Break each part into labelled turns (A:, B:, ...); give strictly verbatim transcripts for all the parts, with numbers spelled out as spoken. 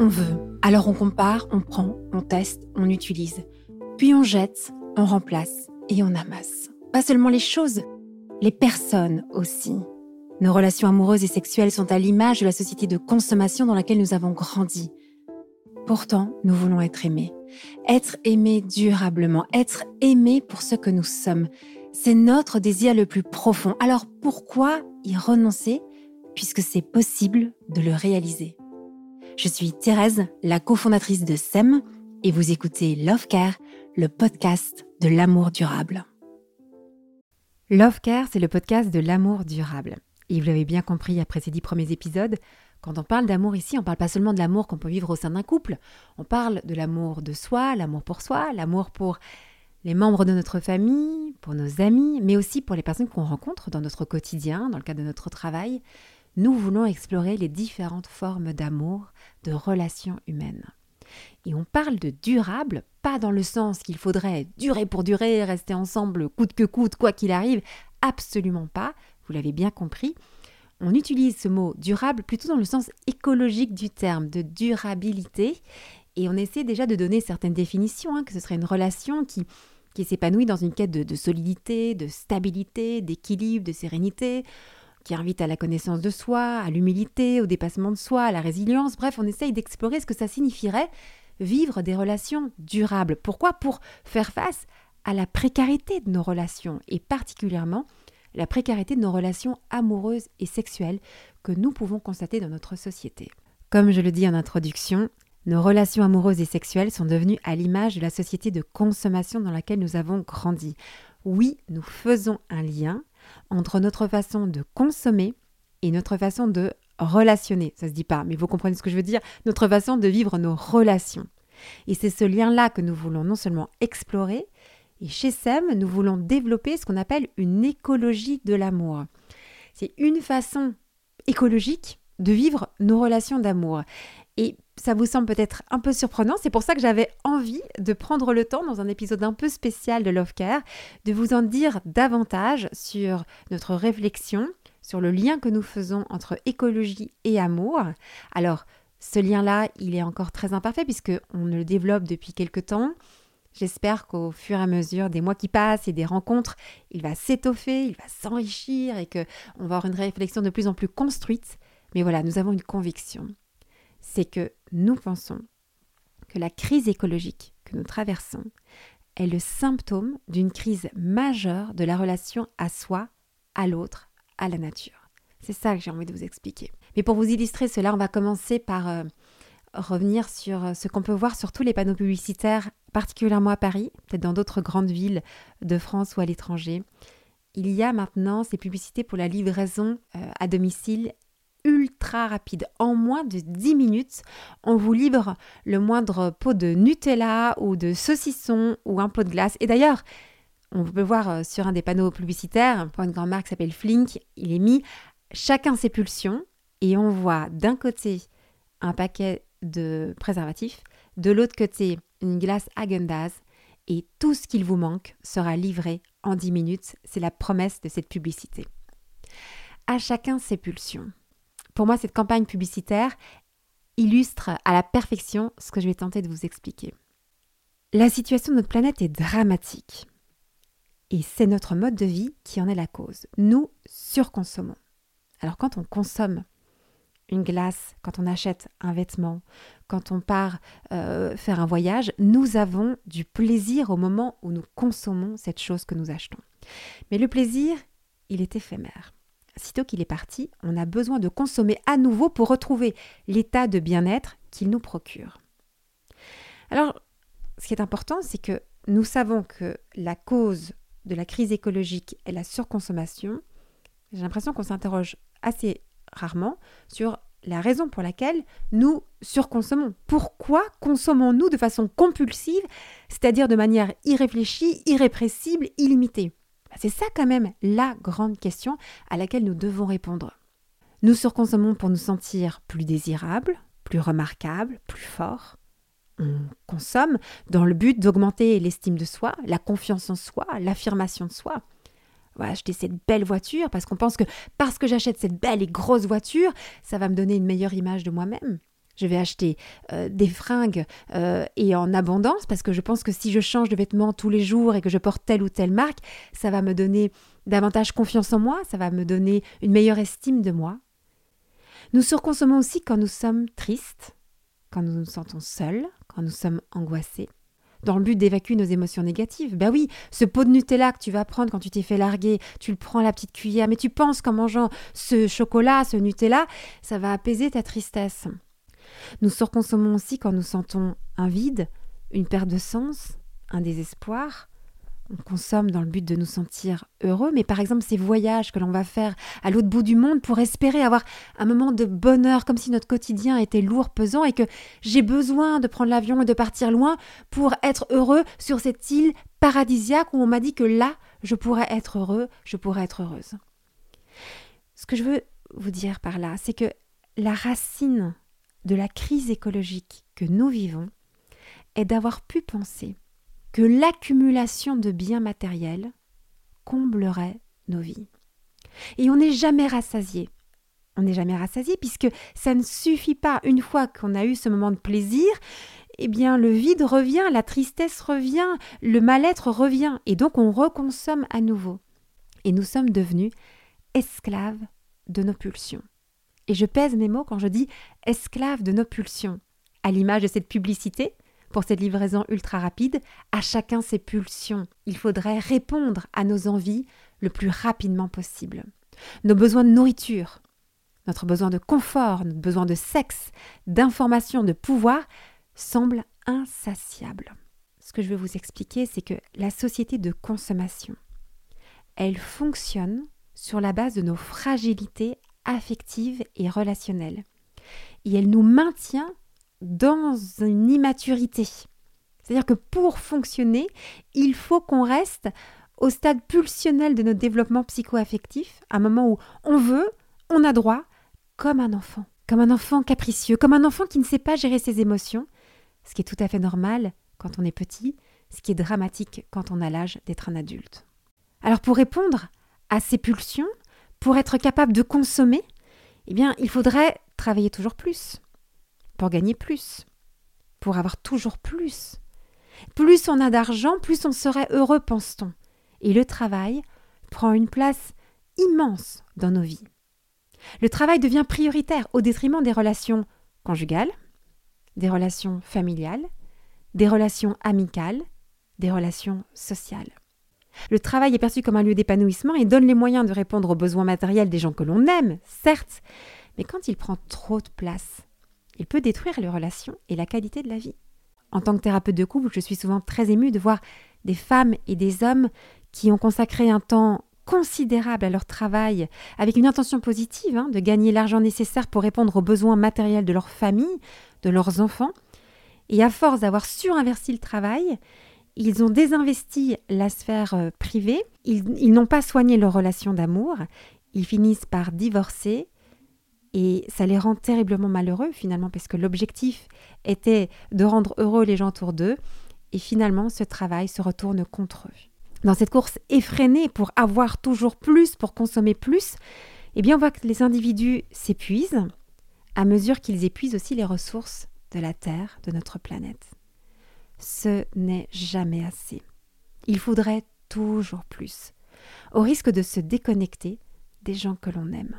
A: On veut, alors on compare, on prend, on teste, on utilise. Puis on jette, on remplace et on amasse. Pas seulement les choses, les personnes aussi. Nos relations amoureuses et sexuelles sont à l'image de la société de consommation dans laquelle nous avons grandi. Pourtant, nous voulons être aimés. Être aimés durablement, être aimés pour ce que nous sommes. C'est notre désir le plus profond. Alors pourquoi y renoncer puisque c'est possible de le réaliser? Je suis Thérèse, la cofondatrice de S E M, et vous écoutez Love Care, le podcast de l'amour durable. Love Care, c'est le podcast de l'amour durable. Et vous l'avez bien compris après ces dix premiers épisodes, quand on parle d'amour ici, on ne parle pas seulement de l'amour qu'on peut vivre au sein d'un couple, on parle de l'amour de soi, l'amour pour soi, l'amour pour les membres de notre famille, pour nos amis, mais aussi pour les personnes qu'on rencontre dans notre quotidien, dans le cadre de notre travail. Nous voulons explorer les différentes formes d'amour, de relations humaines. Et on parle de durable, pas dans le sens qu'il faudrait durer pour durer, rester ensemble coûte que coûte, quoi qu'il arrive, absolument pas, vous l'avez bien compris. On utilise ce mot durable plutôt dans le sens écologique du terme, de durabilité, et on essaie déjà de donner certaines définitions, hein, que ce serait une relation qui, qui s'épanouit dans une quête de, de solidité, de stabilité, d'équilibre, de sérénité, qui invite à la connaissance de soi, à l'humilité, au dépassement de soi, à la résilience. Bref, on essaye d'explorer ce que ça signifierait vivre des relations durables. Pourquoi ? Pour faire face à la précarité de nos relations et particulièrement la précarité de nos relations amoureuses et sexuelles que nous pouvons constater dans notre société. Comme je le dis en introduction, nos relations amoureuses et sexuelles sont devenues à l'image de la société de consommation dans laquelle nous avons grandi. Oui, nous faisons un lien entre notre façon de consommer et notre façon de relationner. Ça se dit pas, mais vous comprenez ce que je veux dire, notre façon de vivre nos relations. Et c'est ce lien-là que nous voulons non seulement explorer, et chez S E M, nous voulons développer ce qu'on appelle une écologie de l'amour. C'est une façon écologique de vivre nos relations d'amour. Et ça vous semble peut-être un peu surprenant, c'est pour ça que j'avais envie de prendre le temps, dans un épisode un peu spécial de Love Care, de vous en dire davantage sur notre réflexion, sur le lien que nous faisons entre écologie et amour. Alors, ce lien-là, il est encore très imparfait puisqu'on le développe depuis quelque temps. J'espère qu'au fur et à mesure des mois qui passent et des rencontres, il va s'étoffer, il va s'enrichir et qu'on va avoir une réflexion de plus en plus construite. Mais voilà, nous avons une conviction. C'est que nous pensons que la crise écologique que nous traversons est le symptôme d'une crise majeure de la relation à soi, à l'autre, à la nature. C'est ça que j'ai envie de vous expliquer. Mais pour vous illustrer cela, on va commencer par euh, revenir sur ce qu'on peut voir sur tous les panneaux publicitaires, particulièrement à Paris, peut-être dans d'autres grandes villes de France ou à l'étranger. Il y a maintenant ces publicités pour la livraison euh, à domicile ultra rapide. En moins de dix minutes, on vous livre le moindre pot de Nutella ou de saucisson ou un pot de glace. Et d'ailleurs, on peut voir sur un des panneaux publicitaires, pour une grande marque qui s'appelle Flink, il est mis chacun ses pulsions et on voit d'un côté un paquet de préservatifs, de l'autre côté une glace Häagen-Dazs et tout ce qu'il vous manque sera livré en dix minutes. C'est la promesse de cette publicité. À chacun ses pulsions. Pour moi, cette campagne publicitaire illustre à la perfection ce que je vais tenter de vous expliquer. La situation de notre planète est dramatique. Et c'est notre mode de vie qui en est la cause. Nous surconsommons. Alors quand on consomme une glace, quand on achète un vêtement, quand on part euh, faire un voyage, nous avons du plaisir au moment où nous consommons cette chose que nous achetons. Mais le plaisir, il est éphémère. Sitôt qu'il est parti, on a besoin de consommer à nouveau pour retrouver l'état de bien-être qu'il nous procure. Alors, ce qui est important, c'est que nous savons que la cause de la crise écologique est la surconsommation. J'ai l'impression qu'on s'interroge assez rarement sur la raison pour laquelle nous surconsommons. Pourquoi consommons-nous de façon compulsive, c'est-à-dire de manière irréfléchie, irrépressible, illimitée ? C'est ça quand même la grande question à laquelle nous devons répondre. Nous surconsommons pour nous sentir plus désirables, plus remarquables, plus forts. On consomme dans le but d'augmenter l'estime de soi, la confiance en soi, l'affirmation de soi. On va acheter cette belle voiture parce qu'on pense que parce que j'achète cette belle et grosse voiture, ça va me donner une meilleure image de moi-même. Je vais acheter euh, des fringues euh, et en abondance parce que je pense que si je change de vêtements tous les jours et que je porte telle ou telle marque, ça va me donner davantage confiance en moi, ça va me donner une meilleure estime de moi. Nous surconsommons aussi quand nous sommes tristes, quand nous nous sentons seuls, quand nous sommes angoissés, dans le but d'évacuer nos émotions négatives. Ben oui, ce pot de Nutella que tu vas prendre quand tu t'es fait larguer, tu le prends à la petite cuillère, mais tu penses qu'en mangeant ce chocolat, ce Nutella, ça va apaiser ta tristesse. Nous surconsommons aussi quand nous sentons un vide, une perte de sens, un désespoir. On consomme dans le but de nous sentir heureux, mais par exemple ces voyages que l'on va faire à l'autre bout du monde pour espérer avoir un moment de bonheur, comme si notre quotidien était lourd, pesant, et que j'ai besoin de prendre l'avion et de partir loin pour être heureux sur cette île paradisiaque où on m'a dit que là, je pourrais être heureux, je pourrais être heureuse. Ce que je veux vous dire par là, c'est que la racine de la crise écologique que nous vivons est d'avoir pu penser que l'accumulation de biens matériels comblerait nos vies. Et on n'est jamais rassasié. On n'est jamais rassasié puisque ça ne suffit pas. Une fois qu'on a eu ce moment de plaisir, eh bien le vide revient, la tristesse revient, le mal-être revient et donc on reconsomme à nouveau. Et nous sommes devenus esclaves de nos pulsions. Et je pèse mes mots quand je dis esclaves de nos pulsions. À l'image de cette publicité, pour cette livraison ultra rapide, à chacun ses pulsions. Il faudrait répondre à nos envies le plus rapidement possible. Nos besoins de nourriture, notre besoin de confort, notre besoin de sexe, d'information, de pouvoir semblent insatiables. Ce que je veux vous expliquer, c'est que la société de consommation, elle fonctionne sur la base de nos fragilités affective et relationnelle. Et elle nous maintient dans une immaturité. C'est-à-dire que pour fonctionner, il faut qu'on reste au stade pulsionnel de notre développement psycho-affectif, un moment où on veut, on a droit, comme un enfant. Comme un enfant capricieux, comme un enfant qui ne sait pas gérer ses émotions, ce qui est tout à fait normal quand on est petit, ce qui est dramatique quand on a l'âge d'être un adulte. Alors pour répondre à ces pulsions, pour être capable de consommer, eh bien, il faudrait travailler toujours plus, pour gagner plus, pour avoir toujours plus. Plus on a d'argent, plus on serait heureux, pense-t-on. Et le travail prend une place immense dans nos vies. Le travail devient prioritaire au détriment des relations conjugales, des relations familiales, des relations amicales, des relations sociales. Le travail est perçu comme un lieu d'épanouissement et donne les moyens de répondre aux besoins matériels des gens que l'on aime, certes, mais quand il prend trop de place, il peut détruire les relations et la qualité de la vie. En tant que thérapeute de couple, je suis souvent très émue de voir des femmes et des hommes qui ont consacré un temps considérable à leur travail, avec une intention positive, hein, de gagner l'argent nécessaire pour répondre aux besoins matériels de leur famille, de leurs enfants, et à force d'avoir surinvesti le travail, ils ont désinvesti la sphère euh, privée, ils, ils n'ont pas soigné leur relation d'amour, ils finissent par divorcer et ça les rend terriblement malheureux finalement parce que l'objectif était de rendre heureux les gens autour d'eux et finalement ce travail se retourne contre eux. Dans cette course effrénée pour avoir toujours plus, pour consommer plus, eh bien on voit que les individus s'épuisent à mesure qu'ils épuisent aussi les ressources de la Terre, de notre planète. Ce n'est jamais assez. Il faudrait toujours plus, au risque de se déconnecter des gens que l'on aime.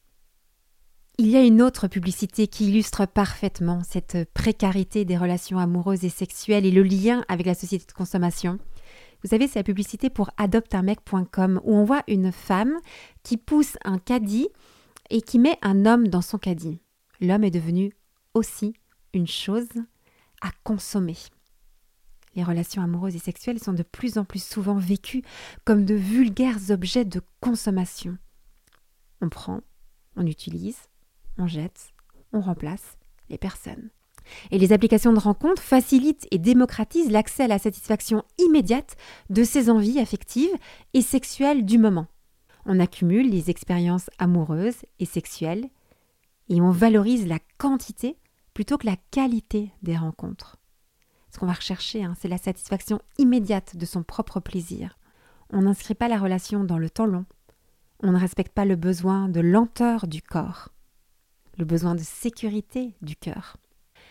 A: Il y a une autre publicité qui illustre parfaitement cette précarité des relations amoureuses et sexuelles et le lien avec la société de consommation. Vous savez, c'est la publicité pour adopte un mec point com où on voit une femme qui pousse un caddie et qui met un homme dans son caddie. L'homme est devenu aussi une chose à consommer. Les relations amoureuses et sexuelles sont de plus en plus souvent vécues comme de vulgaires objets de consommation. On prend, on utilise, on jette, on remplace les personnes. Et les applications de rencontres facilitent et démocratisent l'accès à la satisfaction immédiate de ces envies affectives et sexuelles du moment. On accumule les expériences amoureuses et sexuelles et on valorise la quantité plutôt que la qualité des rencontres. Ce qu'on va rechercher, hein, c'est la satisfaction immédiate de son propre plaisir. On n'inscrit pas la relation dans le temps long. On ne respecte pas le besoin de lenteur du corps, le besoin de sécurité du cœur.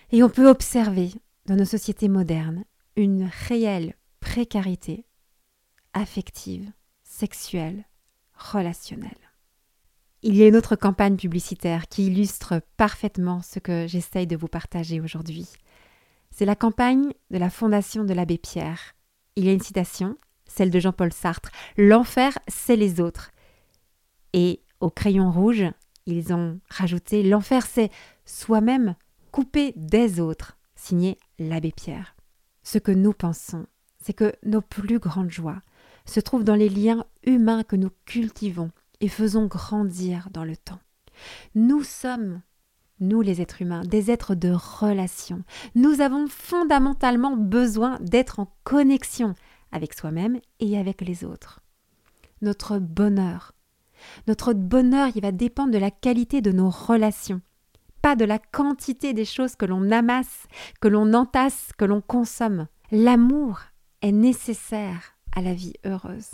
A: Et on peut observer dans nos sociétés modernes une réelle précarité affective, sexuelle, relationnelle. Il y a une autre campagne publicitaire qui illustre parfaitement ce que j'essaye de vous partager aujourd'hui. C'est la campagne de la Fondation de l'Abbé Pierre. Il y a une citation, celle de Jean-Paul Sartre, « L'enfer, c'est les autres ». Et au crayon rouge, ils ont rajouté « L'enfer, c'est soi-même coupé des autres », signé l'Abbé Pierre. Ce que nous pensons, c'est que nos plus grandes joies se trouvent dans les liens humains que nous cultivons et faisons grandir dans le temps. Nous sommes, nous les êtres humains, des êtres de relation. Nous avons fondamentalement besoin d'être en connexion avec soi-même et avec les autres. Notre bonheur, notre bonheur, il va dépendre de la qualité de nos relations, pas de la quantité des choses que l'on amasse, que l'on entasse, que l'on consomme. L'amour est nécessaire à la vie heureuse.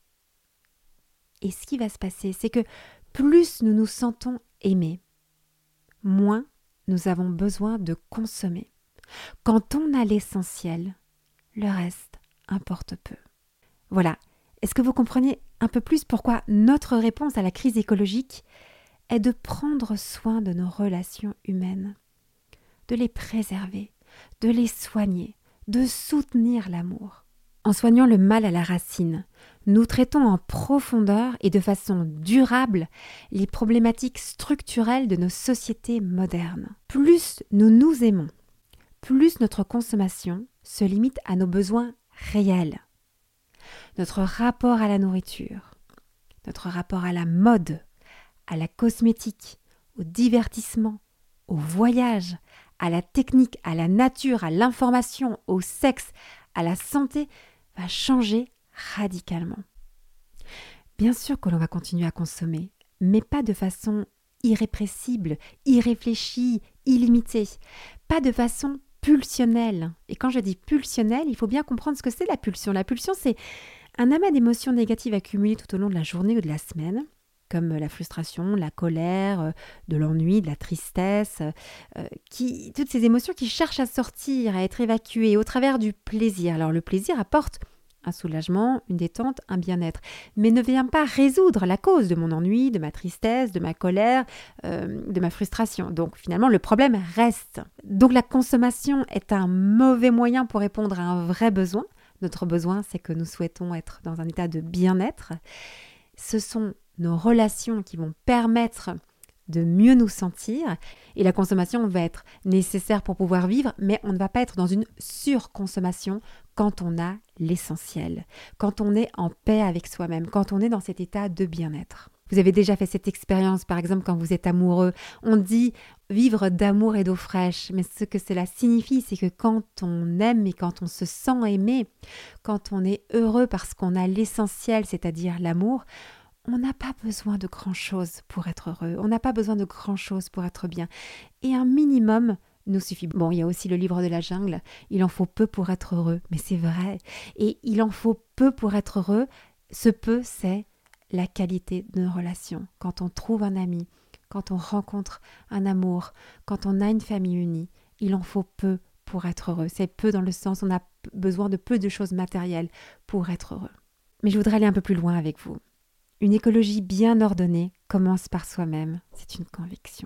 A: Et ce qui va se passer, c'est que plus nous nous sentons aimés, moins nous avons besoin de consommer. Quand on a l'essentiel, le reste importe peu. Voilà. Est-ce que vous comprenez un peu plus pourquoi notre réponse à la crise écologique est de prendre soin de nos relations humaines, de les préserver, de les soigner, de soutenir l'amour. En soignant le mal à la racine, nous traitons en profondeur et de façon durable les problématiques structurelles de nos sociétés modernes. Plus nous nous aimons, plus notre consommation se limite à nos besoins réels. Notre rapport à la nourriture, notre rapport à la mode, à la cosmétique, au divertissement, au voyage, à la technique, à la nature, à l'information, au sexe, à la santé, va changer radicalement. Bien sûr que l'on va continuer à consommer, mais pas de façon irrépressible, irréfléchie, illimitée, pas de façon pulsionnelle. Et quand je dis pulsionnelle, il faut bien comprendre ce que c'est la pulsion. La pulsion, c'est un amas d'émotions négatives accumulées tout au long de la journée ou de la semaine, comme la frustration, la colère, de l'ennui, de la tristesse, euh, qui, toutes ces émotions qui cherchent à sortir, à être évacuées au travers du plaisir. Alors le plaisir apporte un soulagement, une détente, un bien-être, mais ne vient pas résoudre la cause de mon ennui, de ma tristesse, de ma colère, euh, de ma frustration. Donc finalement, le problème reste. Donc la consommation est un mauvais moyen pour répondre à un vrai besoin. Notre besoin, c'est que nous souhaitons être dans un état de bien-être. Ce sont nos relations qui vont permettre de mieux nous sentir et la consommation va être nécessaire pour pouvoir vivre, mais on ne va pas être dans une surconsommation quand on a l'essentiel, quand on est en paix avec soi-même, quand on est dans cet état de bien-être. Vous avez déjà fait cette expérience, par exemple, quand vous êtes amoureux. On dit vivre d'amour et d'eau fraîche, mais ce que cela signifie, c'est que quand on aime et quand on se sent aimé, quand on est heureux parce qu'on a l'essentiel, c'est-à-dire l'amour, on n'a pas besoin de grand-chose pour être heureux, on n'a pas besoin de grand-chose pour être bien. Et un minimum nous suffit. Bon, il y a aussi le livre de la jungle, il en faut peu pour être heureux, mais c'est vrai. Et il en faut peu pour être heureux, ce peu, c'est la qualité de nos relations. Quand on trouve un ami, quand on rencontre un amour, quand on a une famille unie, il en faut peu pour être heureux. C'est peu dans le sens, on a besoin de peu de choses matérielles pour être heureux. Mais je voudrais aller un peu plus loin avec vous. Une écologie bien ordonnée commence par soi-même, c'est une conviction.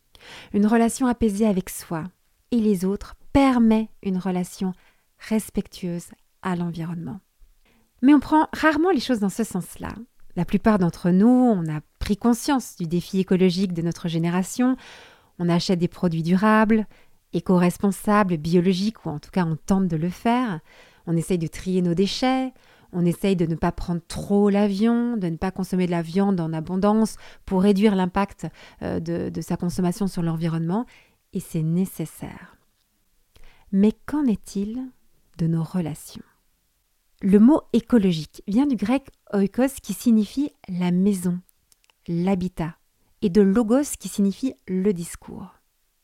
A: Une relation apaisée avec soi et les autres permet une relation respectueuse à l'environnement. Mais on prend rarement les choses dans ce sens-là. La plupart d'entre nous, on a pris conscience du défi écologique de notre génération, on achète des produits durables, éco-responsables, biologiques, ou en tout cas on tente de le faire, on essaye de trier nos déchets, on essaye de ne pas prendre trop l'avion, de ne pas consommer de la viande en abondance pour réduire l'impact euh, de, de sa consommation sur l'environnement, et c'est nécessaire. Mais qu'en est-il de nos relations ? Le mot écologique vient du grec oikos qui signifie la maison, l'habitat, et de logos qui signifie le discours.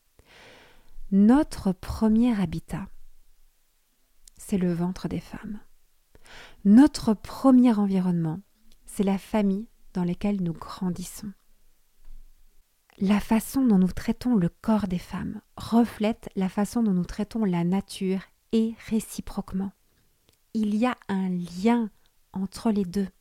A: Notre premier habitat, c'est le ventre des femmes. Notre premier environnement, c'est la famille dans laquelle nous grandissons. La façon dont nous traitons le corps des femmes reflète la façon dont nous traitons la nature et réciproquement. Il y a un lien entre les deux.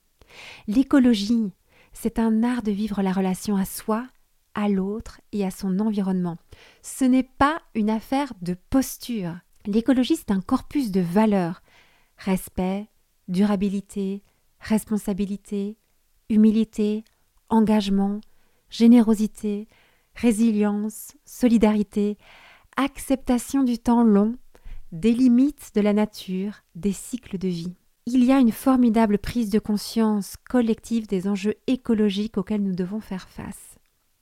A: L'écologie, c'est un art de vivre la relation à soi, à l'autre et à son environnement. Ce n'est pas une affaire de posture. L'écologie, c'est un corpus de valeurs. Respect, durabilité, responsabilité, humilité, engagement, générosité, résilience, solidarité, acceptation du temps long, des limites de la nature, des cycles de vie. Il y a une formidable prise de conscience collective des enjeux écologiques auxquels nous devons faire face.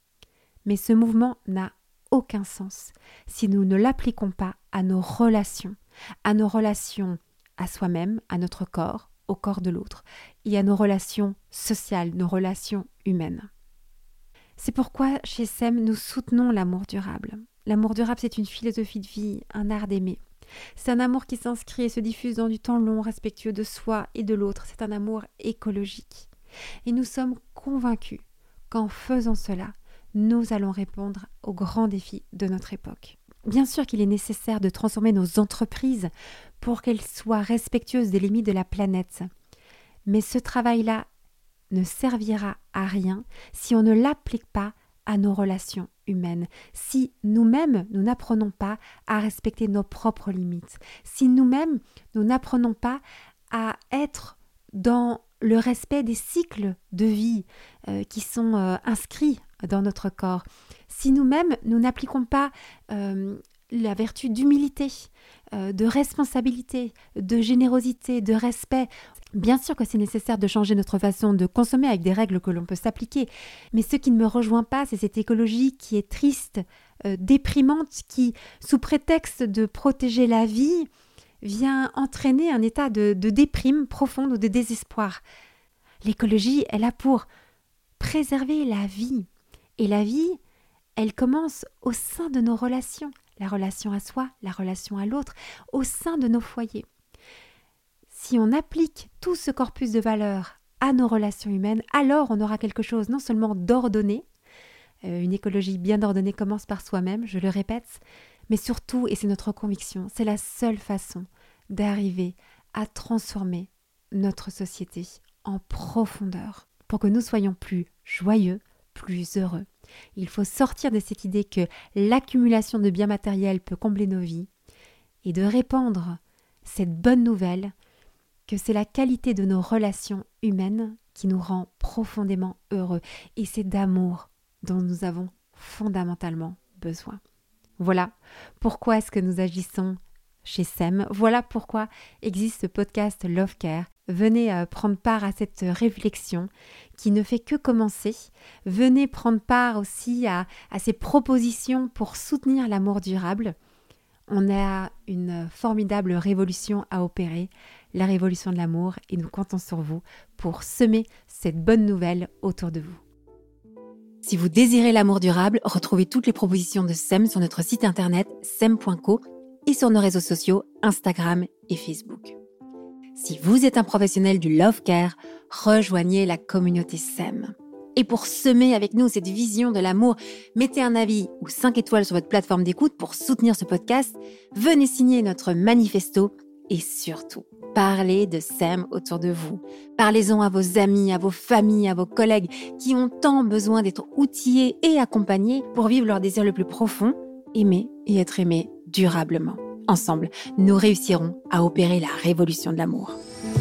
A: Mais ce mouvement n'a aucun sens si nous ne l'appliquons pas à nos relations, à nos relations à soi-même, à notre corps, au corps de l'autre, et à nos relations sociales, nos relations humaines. C'est pourquoi chez S E M, nous soutenons l'amour durable. L'amour durable, c'est une philosophie de vie, un art d'aimer. C'est un amour qui s'inscrit et se diffuse dans du temps long, respectueux de soi et de l'autre. C'est un amour écologique. Et nous sommes convaincus qu'en faisant cela, nous allons répondre aux grands défis de notre époque. Bien sûr qu'il est nécessaire de transformer nos entreprises pour qu'elles soient respectueuses des limites de la planète. Mais ce travail-là ne servira à rien si on ne l'applique pas à nos relations humaines, si nous-mêmes, nous n'apprenons pas à respecter nos propres limites, si nous-mêmes, nous n'apprenons pas à être dans le respect des cycles de vie euh, qui sont euh, inscrits dans notre corps, si nous-mêmes, nous n'appliquons pas euh, la vertu d'humilité, euh, de responsabilité, de générosité, de respect. Bien sûr que c'est nécessaire de changer notre façon de consommer avec des règles que l'on peut s'appliquer, mais ce qui ne me rejoint pas, c'est cette écologie qui est triste, euh, déprimante, qui, sous prétexte de protéger la vie, vient entraîner un état de, de déprime profonde ou de désespoir. L'écologie, elle a pour préserver la vie. Et la vie, elle commence au sein de nos relations. La relation à soi, la relation à l'autre, au sein de nos foyers. Si on applique tout ce corpus de valeurs à nos relations humaines, alors on aura quelque chose non seulement d'ordonné, euh, une écologie bien ordonnée commence par soi-même, je le répète, mais surtout, et c'est notre conviction, c'est la seule façon d'arriver à transformer notre société en profondeur pour que nous soyons plus joyeux, plus heureux. Il faut sortir de cette idée que l'accumulation de biens matériels peut combler nos vies et de répandre cette bonne nouvelle que c'est la qualité de nos relations humaines qui nous rend profondément heureux. Et c'est d'amour dont nous avons fondamentalement besoin. Voilà pourquoi est-ce que nous agissons chez S E M. Voilà pourquoi existe ce podcast Love Care. Venez euh, prendre part à cette réflexion qui ne fait que commencer. Venez prendre part aussi à, à ces propositions pour soutenir l'amour durable. On a une formidable révolution à opérer, la révolution de l'amour, et nous comptons sur vous pour semer cette bonne nouvelle autour de vous. Si vous désirez l'amour durable, retrouvez toutes les propositions de S E M sur notre site internet s e m point co et sur nos réseaux sociaux Instagram et Facebook. Si vous êtes un professionnel du Love Care, rejoignez la communauté S E M. Et pour semer avec nous cette vision de l'amour, mettez un avis ou cinq étoiles sur votre plateforme d'écoute pour soutenir ce podcast. Venez signer notre manifesto et surtout, parlez de S E M autour de vous. Parlez-en à vos amis, à vos familles, à vos collègues qui ont tant besoin d'être outillés et accompagnés pour vivre leur désir le plus profond, aimer et être aimés durablement. Ensemble, nous réussirons à opérer la révolution de l'amour.